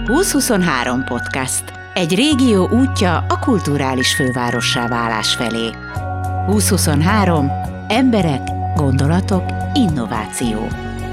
2023 podcast. Egy régió útja a kulturális fővárossá válás felé. 2023. Emberek, gondolatok, innováció.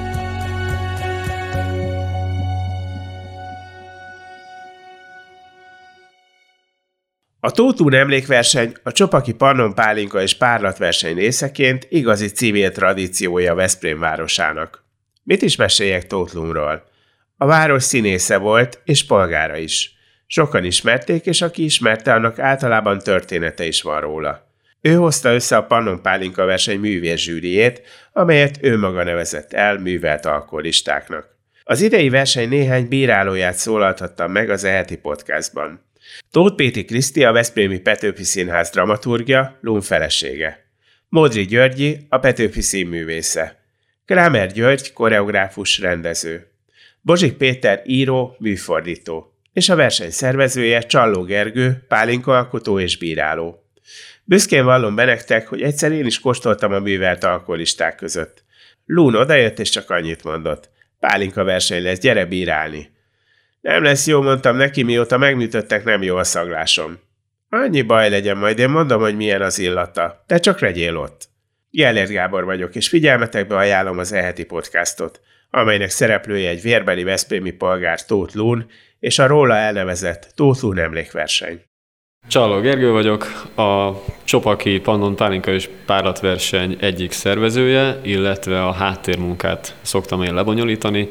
A Tóth Lún emlékverseny a Csopaki Pannon Pálinka és párlatverseny részeként igazi civil tradíciója Veszprém városának. Mit is meséljek Tóth Lúnról? A város színésze volt, és polgára is. Sokan ismerték, és aki ismerte, annak általában története is van róla. Ő hozta össze a Pannon Pálinka verseny művészzsűriét, amelyet ő maga nevezett el művelt alkoholistáknak. Az idei verseny néhány bírálóját szólaltattam meg az eheti podcastban. Tóth Péti Kriszti, a Veszprémi Petőfi Színház dramaturgja, Lún felesége. Modri Györgyi, a Petőfi színművésze. Krámer György, koreográfus, rendező. Bozsik Péter író, műfordító. És a verseny szervezője Csalló Gergő, pálinkaalkotó és bíráló. Büszkén vallom be nektek, hogy egyszer én is kóstoltam a művelt alkoholisták között. Lún odajött és csak annyit mondott. Pálinka verseny lesz, gyere bírálni. Nem lesz jó, mondtam neki, mióta megműtöttek, nem jó a szaglásom. Annyi baj legyen, majd én mondom, hogy milyen az illata. Te csak legyél ott. Gellért Gábor vagyok, és figyelmetekbe ajánlom az eheti podcastot, amelynek szereplője egy vérbeli veszprémi polgár, Tóth Lún, és a róla elnevezett Tóth Lún emlékverseny. Csalló Gergő vagyok, a Csopaki Pannon Pálinka és párlatverseny egyik szervezője, illetve a háttérmunkát szoktam én lebonyolítani,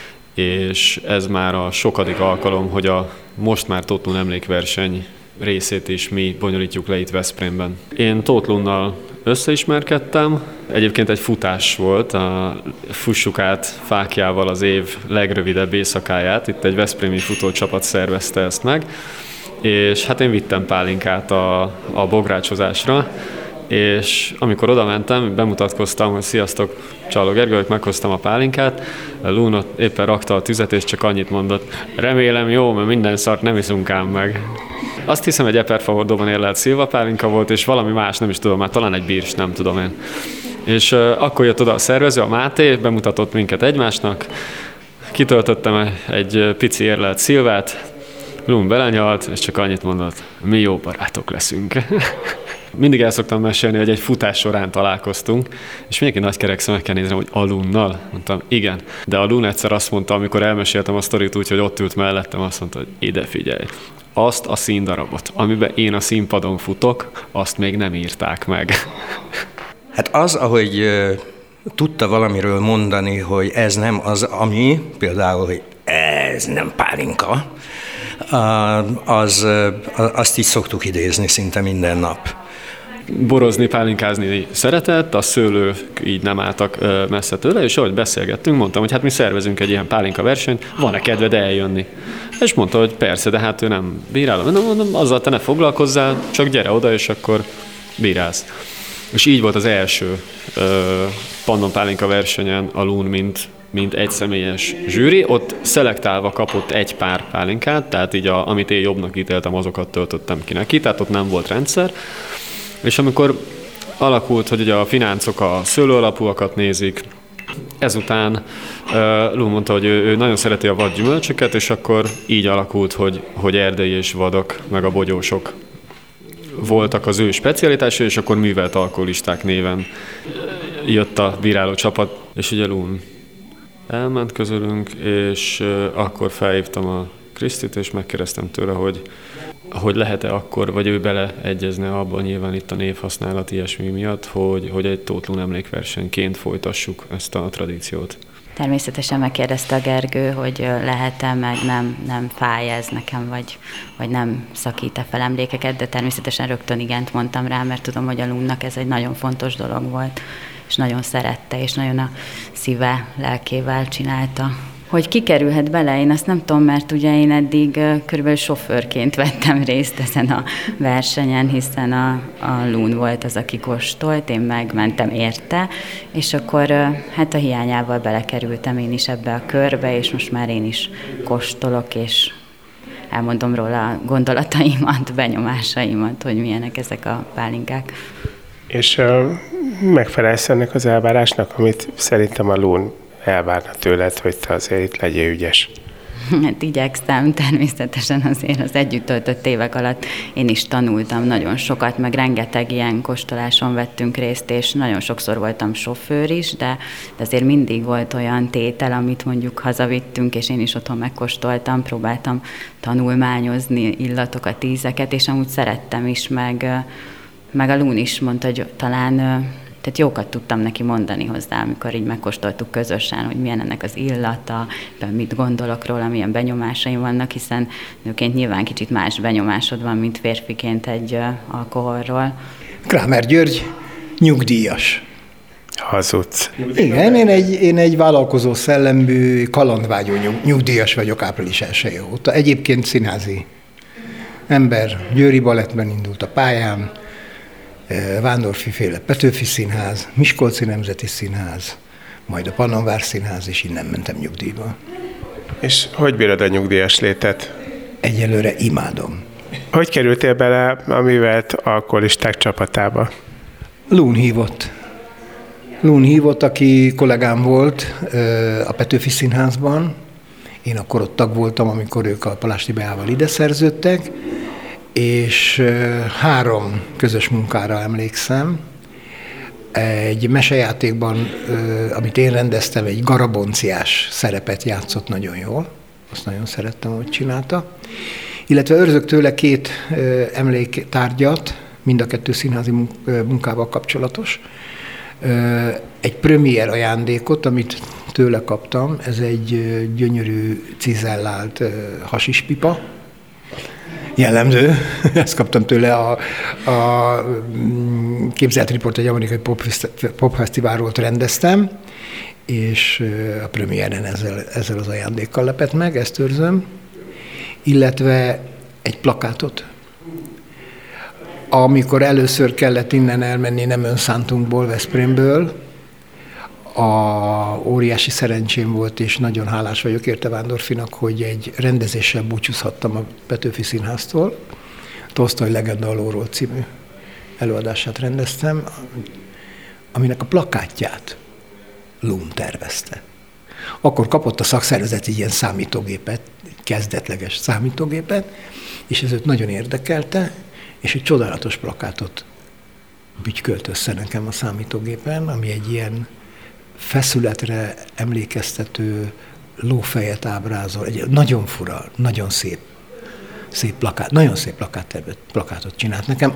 és ez már a sokadik alkalom, hogy a most már Tóth Lún emlékverseny részét is mi bonyolítjuk le itt Veszprémben. Én Tóth Lúnnal összeismerkedtem, egyébként egy futás volt, fussuk át fáklyával az év legrövidebb éjszakáját, itt egy veszprémi futócsapat szervezte ezt meg, és hát én vittem pálinkát a bográcsozásra, és amikor oda mentem, bemutatkoztam, hogy sziasztok, Csalló Gergő, meghoztam a pálinkát, Lún éppen rakta a tüzet, és csak annyit mondott, remélem jó, mert minden szart nem iszunk ám meg. Azt hiszem, egy eperfahordóban érlelt szilvapálinka volt, és valami más, nem is tudom, már talán egy bírs, nem tudom én. És akkor jött oda a szervező, a Máté, bemutatott minket egymásnak, kitöltöttem egy pici érlelt szilvát, Lún belenyalt, és csak annyit mondott, mi jó barátok leszünk. Mindig el szoktam mesélni, hogy egy futás során találkoztunk, és mindenki nagykerek szemekkel nézem, hogy a Lúnnal. Mondtam, igen. De a Lún egyszer azt mondta, amikor elmeséltem a sztorit úgy, hogy ott ült mellettem, azt mondta, hogy ide figyelj. Azt a színdarabot, amiben én a színpadon futok, azt még nem írták meg. Hát az, ahogy tudta valamiről mondani, hogy ez nem az, ami, például, hogy ez nem pálinka, azt így szoktuk idézni szinte minden nap. Borozni, pálinkázni szeretett, a szőlők így nem álltak messze tőle, és ahogy beszélgettünk, mondtam, hogy hát mi szervezünk egy ilyen pálinka versenyt, van-e kedved eljönni? És mondta, hogy persze, de hát ő nem bírálom. Mondom, azzal te ne foglalkozzál, csak gyere oda, és akkor bírálsz. És így volt az első Pannon Pálinka versenyen a Lún, mint egyszemélyes zsűri. Ott szelektálva kapott egy pár pálinkát, tehát így amit én jobbnak ítéltem, azokat töltöttem ki neki, tehát ott nem volt rendszer. És amikor alakult, hogy ugye a fináncok a szőlőalapúakat nézik, ezután Lún mondta, hogy ő nagyon szereti a vadgyümölcsöket, és akkor így alakult, hogy erdei és vadak, meg a bogyósok voltak az ő specialitásai, és akkor művelt alkoholisták néven jött a bíráló csapat, és ugye Lún elment közülünk, és akkor felhívtam a Krisztit, és megkérdeztem tőle, hogy lehet-e akkor, vagy ő beleegyezne abban, nyilván itt a névhasználat ilyesmi miatt, hogy egy Tóth Lún emlékversenyként folytassuk ezt a tradíciót. Természetesen megkérdezte a Gergő, hogy lehet-e, meg nem fáj ez nekem, vagy nem szakít-e fel emlékeket, de természetesen rögtön igent mondtam rá, mert tudom, hogy a Lúnnak ez egy nagyon fontos dolog volt, és nagyon szerette, és nagyon a szíve, lelkével csinálta. Hogy kikerülhet bele, én azt nem tudom, mert ugye én eddig körülbelül sofőrként vettem részt ezen a versenyen, hiszen a Lún volt az, aki kóstolt, én megmentem érte, és akkor hát a hiányával belekerültem én is ebbe a körbe, és most már én is kóstolok, és elmondom róla a gondolataimat, benyomásaimat, hogy milyenek ezek a pálinkák. És megfelelsz ennek az elvárásnak, amit szerintem a Lún elvárna tőled, hogy te azért itt legyél ügyes. Hát igyekszem, természetesen azért az együtt töltött évek alatt én is tanultam nagyon sokat, meg rengeteg ilyen kóstoláson vettünk részt, és nagyon sokszor voltam sofőr is, de azért mindig volt olyan tétel, amit mondjuk hazavittünk, és én is otthon megkóstoltam, próbáltam tanulmányozni illatokat, ízeket, és amúgy szerettem is, meg a Lún is mondta, hogy talán tehát jókat tudtam neki mondani hozzá, amikor így megkóstoltuk közösen, hogy milyen ennek az illata, mit gondolok róla, milyen benyomásaim vannak, hiszen nőként nyilván kicsit más benyomásod van, mint férfiként egy alkoholról. Krámer György, nyugdíjas. Hazudsz. Igen, én egy vállalkozó szellembű, kalandvágyó nyugdíjas vagyok április 1 óta. Egyébként színházi ember, Győri Balettben indult a pályám, Vándorfi-féle Petőfi Színház, Miskolci Nemzeti Színház, majd a Pannonvár Színház, és innen mentem nyugdíjba. És hogy bírod a nyugdíjas létet? Egyelőre imádom. Hogy kerültél bele a művelt alkoholisták csapatába? Lún hívott, aki kollégám volt a Petőfi Színházban. Én akkor ott tag voltam, amikor ők a Palásti Beával ide szerződtek, és 3 közös munkára emlékszem. Egy mesejátékban, amit én rendeztem, egy garabonciás szerepet játszott nagyon jól. Azt nagyon szerettem, hogy csinálta. Illetve őrzök tőle 2 emléktárgyat, mind a 2 színházi munkával kapcsolatos. Egy premier ajándékot, amit tőle kaptam, ez egy gyönyörű cizellált hasispipa, jellemző. Ezt kaptam tőle a Képzelt Riport, egy amerikai popfesztiválról rendeztem, és a premiéren ezzel az ajándékkal lepett meg, ezt őrzöm, illetve egy plakátot. Amikor először kellett innen elmenni, nem önszántunkból, Veszprémből, óriási szerencsém volt, és nagyon hálás vagyok érte Vándorfinak, hogy egy rendezéssel búcsúzhattam a Petőfi Színháztól. Tolsztoj Legenda alóról című előadását rendeztem, aminek a plakátját Lún tervezte. Akkor kapott a szakszervezet egy ilyen számítógépet, kezdetleges számítógépet, és ez őt nagyon érdekelte, és egy csodálatos plakátot bütykölt össze nekem a számítógépen, ami egy ilyen feszületre emlékeztető lófejet ábrázol. Egy nagyon fura, nagyon szép plakát, nagyon szép plakátot csinált nekem.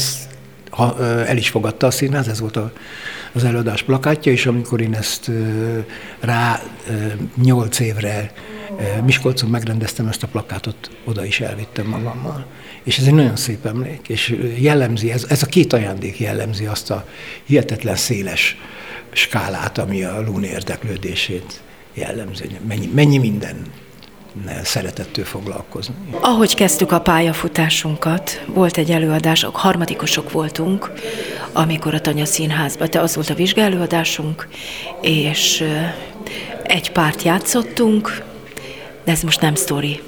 El is fogadta a színház, ez volt az előadás plakátja, és amikor én ezt rá 8 évre Miskolcon megrendeztem ezt a plakátot, oda is elvittem magammal. És ez egy nagyon szép emlék, és jellemzi, ez a 2 ajándék jellemzi azt a hihetetlen széles skálát, ami a Lún érdeklődését jellemzi, mennyi minden szeretettől foglalkozni. Ahogy kezdtük a pályafutásunkat, volt egy előadás, harmadikosok voltunk, amikor a Tanya Színházban, az volt a vizsgálóadásunk, és egy párt játszottunk, de ez most nem sztori.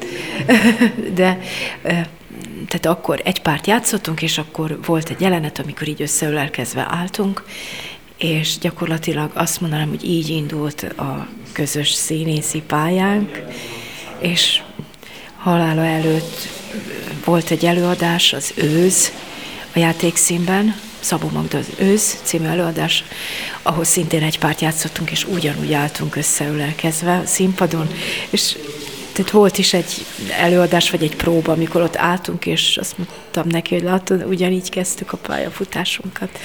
De tehát akkor egy párt játszottunk, és akkor volt egy jelenet, amikor így összeölelkezve álltunk, és gyakorlatilag azt mondanám, hogy így indult a közös színészi pályánk, és halála előtt volt egy előadás, az Őz, a Játékszínben, Szabó Magda az Őz című előadás, ahol szintén egy párt játszottunk, és ugyanúgy álltunk összeölelkezve a színpadon, és tehát volt is egy előadás, vagy egy próba, amikor ott álltunk, és azt mondtam neki, hogy látod, ugyanígy kezdtük a pályafutásunkat.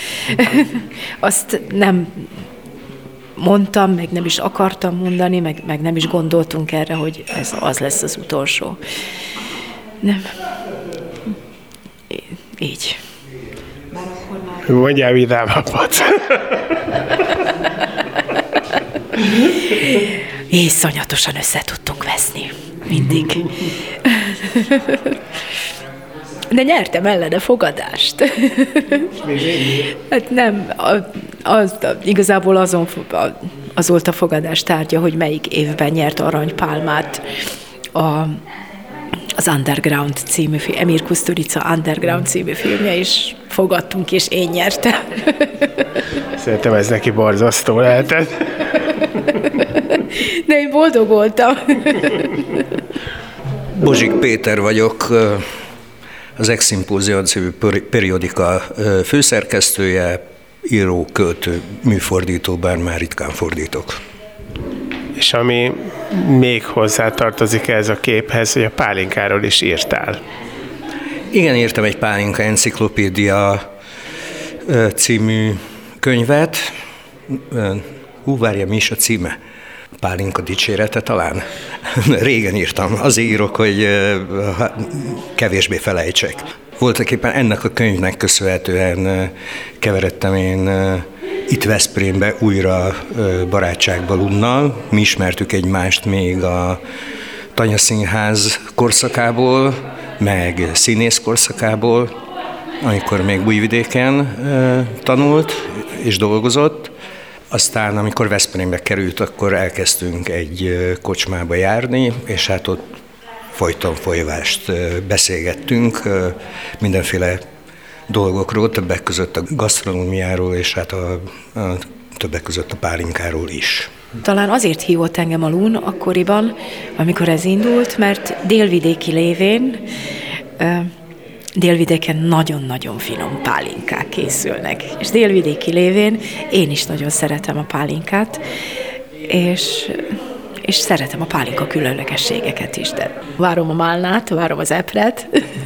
Azt nem mondtam, meg nem is akartam mondani, meg nem is gondoltunk erre, hogy ez az lesz az utolsó. Nem. Így. Mondjál vidámabbat. Iszonyatosan össze tudtunk veszni. Mindig. De nyertem ellene fogadást. Hát nem, igazából az volt a fogadás tárgya, hogy melyik évben nyert aranypálmát az Underground című film, Emir Kusturica Underground című filmje, és fogadtunk, és én nyertem. Szerintem ez neki borzasztó lehetett. De én boldog voltam. Bozsik Péter vagyok, az Ex-Symposium című periódika főszerkesztője, író, költő, műfordító, bár már ritkán fordítok. És ami még hozzátartozik ez a képhez, hogy a pálinkáról is írtál. Igen, írtam egy Pálinka enciklopédia című könyvet. Várja, mi is a címe? Pálinka dicsérete talán? Régen írtam. Azért írok, hogy kevésbé felejtsek. Voltaképpen ennek a könyvnek köszönhetően keveredtem én itt Veszprémbe újra barátságba Lunnal. Mi ismertük egymást még a Tanyaszínház korszakából, meg színész korszakából, amikor még Újvidéken tanult és dolgozott. Aztán, amikor Veszprémbe került, akkor elkezdtünk egy kocsmába járni, és hát ott folyton folyvást beszélgettünk mindenféle dolgokról, többek között a gasztronómiáról, és hát a többek között a pálinkáról is. Talán azért hívott engem a Lun akkoriban, amikor ez indult, mert délvidéki lévén Délvidéken nagyon-nagyon finom pálinkák készülnek. És délvidéki lévén én is nagyon szeretem a pálinkát, és szeretem a pálinka különlegességeket is, de várom a málnát, várom az epret.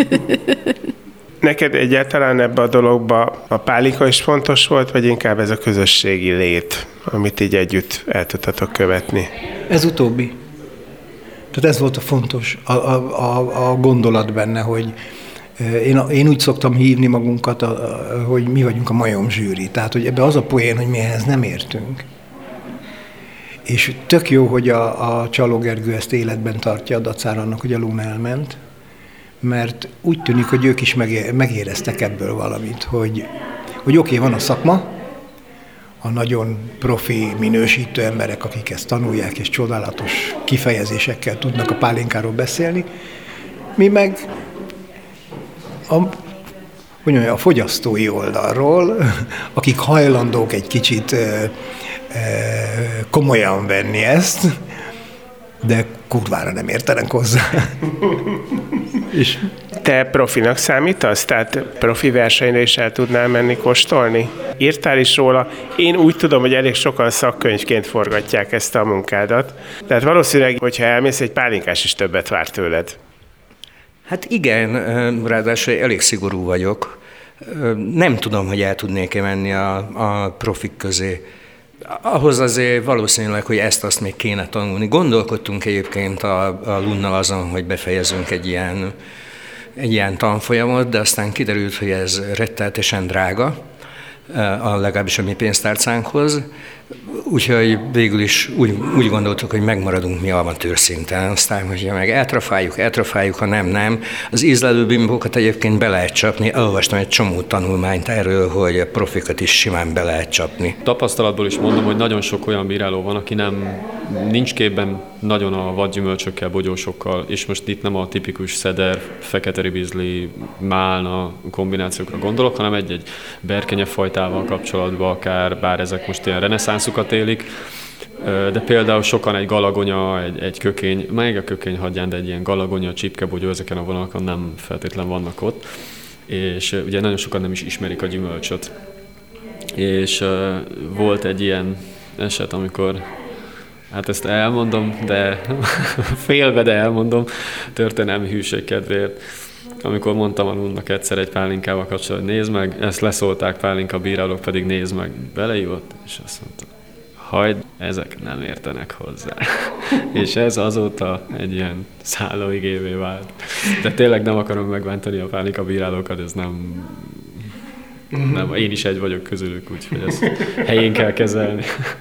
Neked egyáltalán ebbe a dologba a pálinka is fontos volt, vagy inkább ez a közösségi lét, amit így együtt el tudtatok követni? Ez utóbbi. Tehát ez volt a fontos, a gondolat benne, hogy én úgy szoktam hívni magunkat, hogy mi vagyunk a majom zsűri. Tehát, hogy ebbe az a poén, hogy mi ehhez nem értünk. És tök jó, hogy a Csaló Gergő ezt életben tartja, dacára annak, hogy a Lun elment, mert úgy tűnik, hogy ők is megéreztek ebből valamit, hogy oké, van a szakma, a nagyon profi minősítő emberek, akik ezt tanulják, és csodálatos kifejezésekkel tudnak a pálinkáról beszélni, mi meg a fogyasztói oldalról, akik hajlandók egy kicsit komolyan venni ezt, de kurvára nem értenek hozzá. És te profinak számítasz? Tehát profi versenyre is el tudnál menni kóstolni? Írtál is róla. Én úgy tudom, hogy elég sokan szakkönyvként forgatják ezt a munkádat. Tehát valószínűleg, hogyha elmész, egy pálinkás is többet vár tőled. Hát igen, ráadásul elég szigorú vagyok. Nem tudom, hogy el tudnék-e menni a profik közé. Ahhoz azért valószínűleg, hogy ezt-azt még kéne tanulni. Gondolkodtunk egyébként a Lunnal azon, hogy befejezünk egy ilyen tanfolyamot, de aztán kiderült, hogy ez rettenetesen drága, legalábbis a mi pénztárcánkhoz. Úgyhogy végül is úgy gondoltuk, hogy megmaradunk mi amatőr szinten. Aztán, hogyha meg eltrafáljuk, ha nem. Az ízlelő bimbókat egyébként be lehet csapni. Elolvastam egy csomó tanulmányt erről, hogy a profikat is simán be lehet csapni. Tapasztalatból is mondom, hogy nagyon sok olyan bíráló van, aki nincs képben nagyon a vadgyümölcsökkel, bogyósokkal, és most itt nem a tipikus szeder, fekete ribizli, málna kombinációkra gondolok, hanem egy berkenyefajtával kapcsolatban akár, bár ezek most ilyen reneszánszukat élik, de például sokan egy galagonya, egy kökény, meg a kökény hagyján, de egy ilyen galagonya, csipkebogyó, ezeken a vonalakon nem feltétlen vannak ott, és ugye nagyon sokan nem is ismerik a gyümölcsöt. És volt egy ilyen eset, amikor, hát ezt elmondom, de félve, de elmondom, történelmi hűség kedvéért, amikor mondtam a Lunnak egyszer egy pálinkával kapcsolatban, hogy nézd meg, ezt leszólták pálinka bírálók, pedig nézd meg, beleívott, és azt mondta, hagyd, ezek nem értenek hozzá. És ez azóta egy ilyen szállóigévé vált. De tényleg nem akarom megbántani a pálinka bírálókat, ez nem, én is egy vagyok közülük, úgyhogy ezt helyén kell kezelni.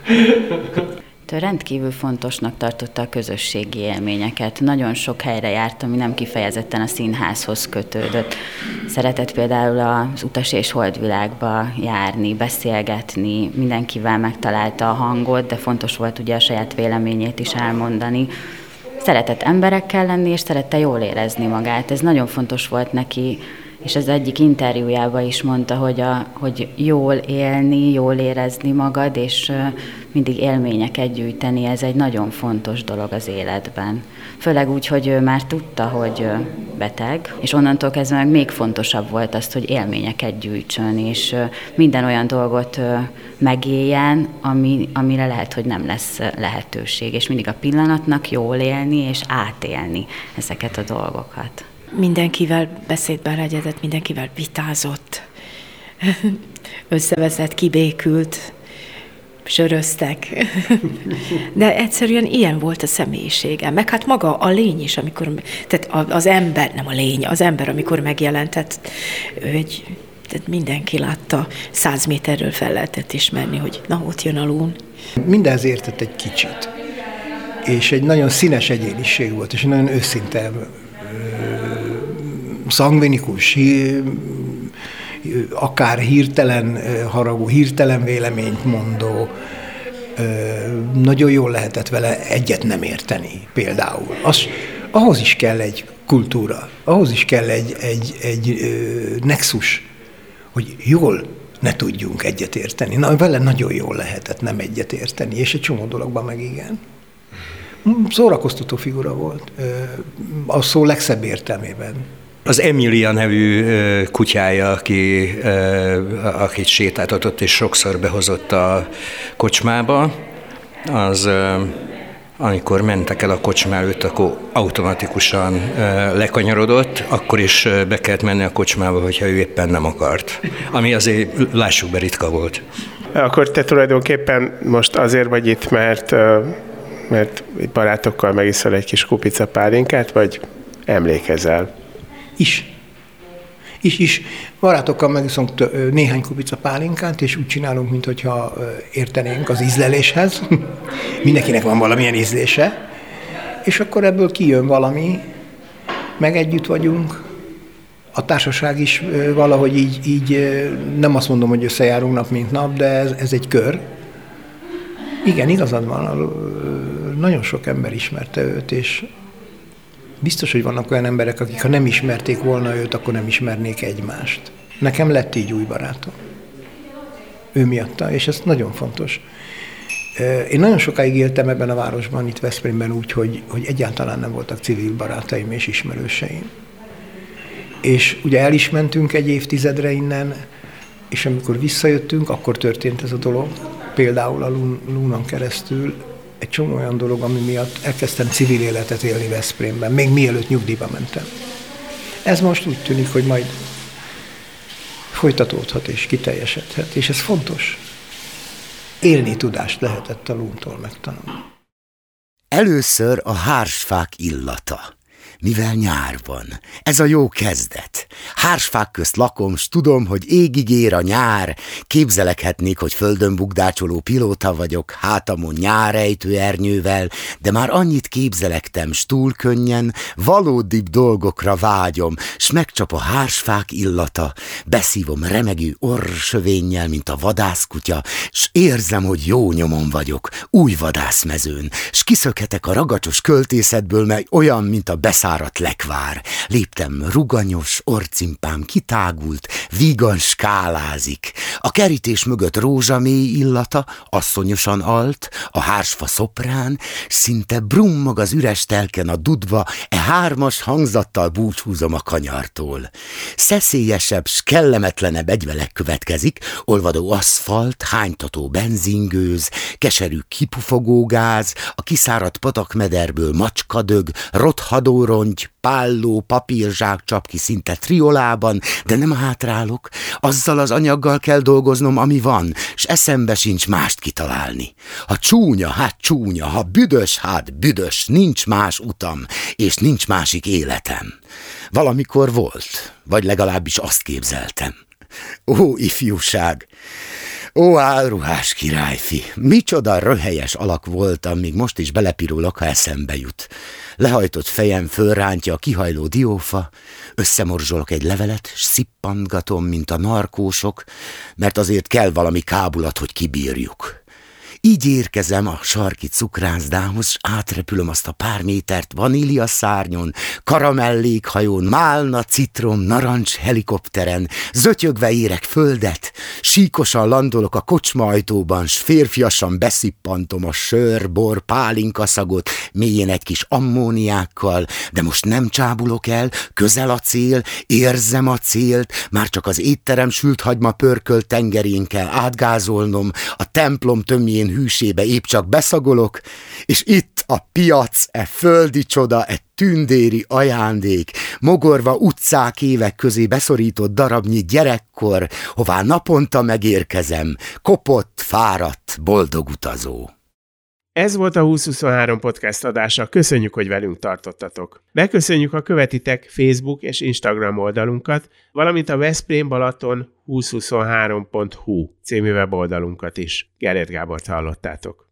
Rendkívül fontosnak tartotta a közösségi élményeket. Nagyon sok helyre járt, ami nem kifejezetten a színházhoz kötődött. Szeretett például az Utas és Holdvilágba járni, beszélgetni, mindenkivel megtalálta a hangot, de fontos volt ugye a saját véleményét is elmondani. Szeretett emberekkel lenni, és szerette jól érezni magát. Ez nagyon fontos volt neki, És az egyik interjújában is mondta, hogy jól élni, jól érezni magad, és mindig élményeket gyűjteni, ez egy nagyon fontos dolog az életben. Főleg úgy, hogy ő már tudta, hogy beteg, és onnantól kezdve meg még fontosabb volt azt, hogy élményeket gyűjtsön, és minden olyan dolgot megéljen, amire lehet, hogy nem lesz lehetőség, és mindig a pillanatnak jól élni, és átélni ezeket a dolgokat. Mindenkivel beszédben legyedett, mindenkivel vitázott, összeveszett, kibékült, söröztek. De egyszerűen ilyen volt a személyisége. Meg hát maga a lény is, tehát az ember, nem a lény, az ember, amikor megjelentett, tehát mindenki látta, 100 méterről fel lehetett ismerni, hogy na, ott jön a lún. Mindenhez értett egy kicsit. És egy nagyon színes egyéniség volt, és nagyon őszinte, szangvinikus, akár hirtelen haragú, hirtelen véleményt mondó, nagyon jól lehetett vele egyet nem érteni például. Ahhoz is kell egy kultúra, ahhoz is kell egy nexus, hogy jól ne tudjunk egyet érteni. Na, vele nagyon jól lehetett nem egyet érteni, és egy csomó dologban meg igen. Szórakoztató figura volt, a szó legszebb értelmében. Az Emilia nevű kutyája, akit sétáltatott és sokszor behozott a kocsmába, az amikor mentek el a kocsmá előtt, akkor automatikusan lekanyarodott, akkor is be kellett menni a kocsmába, hogyha ő éppen nem akart. Ami azért, lássuk be, ritka volt. Akkor te tulajdonképpen most azért vagy itt, mert barátokkal megiszol egy kis kupica pálinkát, vagy emlékezel? Is. Barátokkal megiszunk néhány kupica pálinkát, és úgy csinálunk, mintha értenénk az ízleléshez. Mindenkinek van valamilyen ízlése, és akkor ebből kijön valami, meg együtt vagyunk. A társaság is valahogy így nem azt mondom, hogy összejárunk nap, mint nap, de ez egy kör. Igen, igazad van, nagyon sok ember ismerte őt, és biztos, hogy vannak olyan emberek, akik ha nem ismerték volna őt, akkor nem ismernék egymást. Nekem lett így új barátom. Ő miatta, és ez nagyon fontos. Én nagyon sokáig éltem ebben a városban, itt Veszprémben úgy, hogy egyáltalán nem voltak civil barátaim és ismerőseim. És ugye el is mentünk egy évtizedre innen, és amikor visszajöttünk, akkor történt ez a dolog. Például a Lúnon keresztül egy csomó olyan dolog, ami miatt elkezdtem civil életet élni Veszprémben, még mielőtt nyugdíjba mentem. Ez most úgy tűnik, hogy majd folytatódhat és kiteljesedhet, és ez fontos. Élni tudást lehetett a Lúntól megtanulni. Először a hársfák illata. Mivel nyár van, ez a jó kezdet. Hársfák közt lakom, s tudom, hogy égig ér a nyár. Képzelekhetnék, hogy földön bukdácsoló pilóta vagyok, hátamon nyárejtő ernyővel, de már annyit képzelektem, s túl könnyen, valódibb dolgokra vágyom, s megcsap a hársfák illata, beszívom remegő orrsövénnyel, mint a vadászkutya, s érzem, hogy jó nyomon vagyok, új vadászmezőn, s kiszökhetek a ragacsos költészetből, mely olyan, mint a beszáradt lekvár. Léptem, ruganyos, orcimpám kitágult, vígan skálázik. A kerítés mögött rózsamély illata, asszonyosan alt, a hársfa szoprán, szinte brummog az üres telken a dudva, hármas hangzattal búcsúzom a kanyartól. Szeszélyesebb, s kellemetlenebb egyvelek következik, olvadó aszfalt, hánytató benzingőz, keserű kipufogógáz, a kiszáradt patakmederből macskadög, rothadó rongy, pálló, papírzsák csap ki szinte triolában, de nem hátrálok, azzal az anyaggal kell dolgoznom, ami van, s eszembe sincs mást kitalálni. Ha csúnya, hát csúnya, ha büdös, hát büdös, nincs más utam, és nincs másik életem. Valamikor volt, vagy legalábbis azt képzeltem. Ó, ifjúság! Ó, álruhás királyfi! Micsoda röhelyes alak voltam, még most is belepirulok, ha eszembe jut. Lehajtott fejem fölrántja a kihajló diófa, összemorzsolok egy levelet, s szippantgatom, mint a narkósok, mert azért kell valami kábulat, hogy kibírjuk. Így érkezem a sarki cukrászdához, átrepülöm azt a pár métert vanília szárnyon, karamellékhajón, málna, citrom, narancs helikopteren, zötyögve érek földet, síkosan landolok a kocsma ajtóban, s férfiasan beszippantom a sör, bor, pálinkaszagot, mélyén egy kis ammóniákkal, de most nem csábulok el, közel a cél, érzem a célt, már csak az étterem sült hagyma pörköl tengerén kell átgázolnom, a templom tömjén hűsébe épp csak beszagolok, és itt a piac, földi csoda, tündéri ajándék, mogorva utcák évek közé beszorított darabnyi gyerekkor, hová naponta megérkezem, kopott, fáradt, boldog utazó. Ez volt a 2023 podcast adása, köszönjük, hogy velünk tartottatok. Megköszönjük, ha követitek Facebook és Instagram oldalunkat, valamint a Veszprém Balaton 2023.hu című weboldalunkat is. Gellért Gábort hallottátok.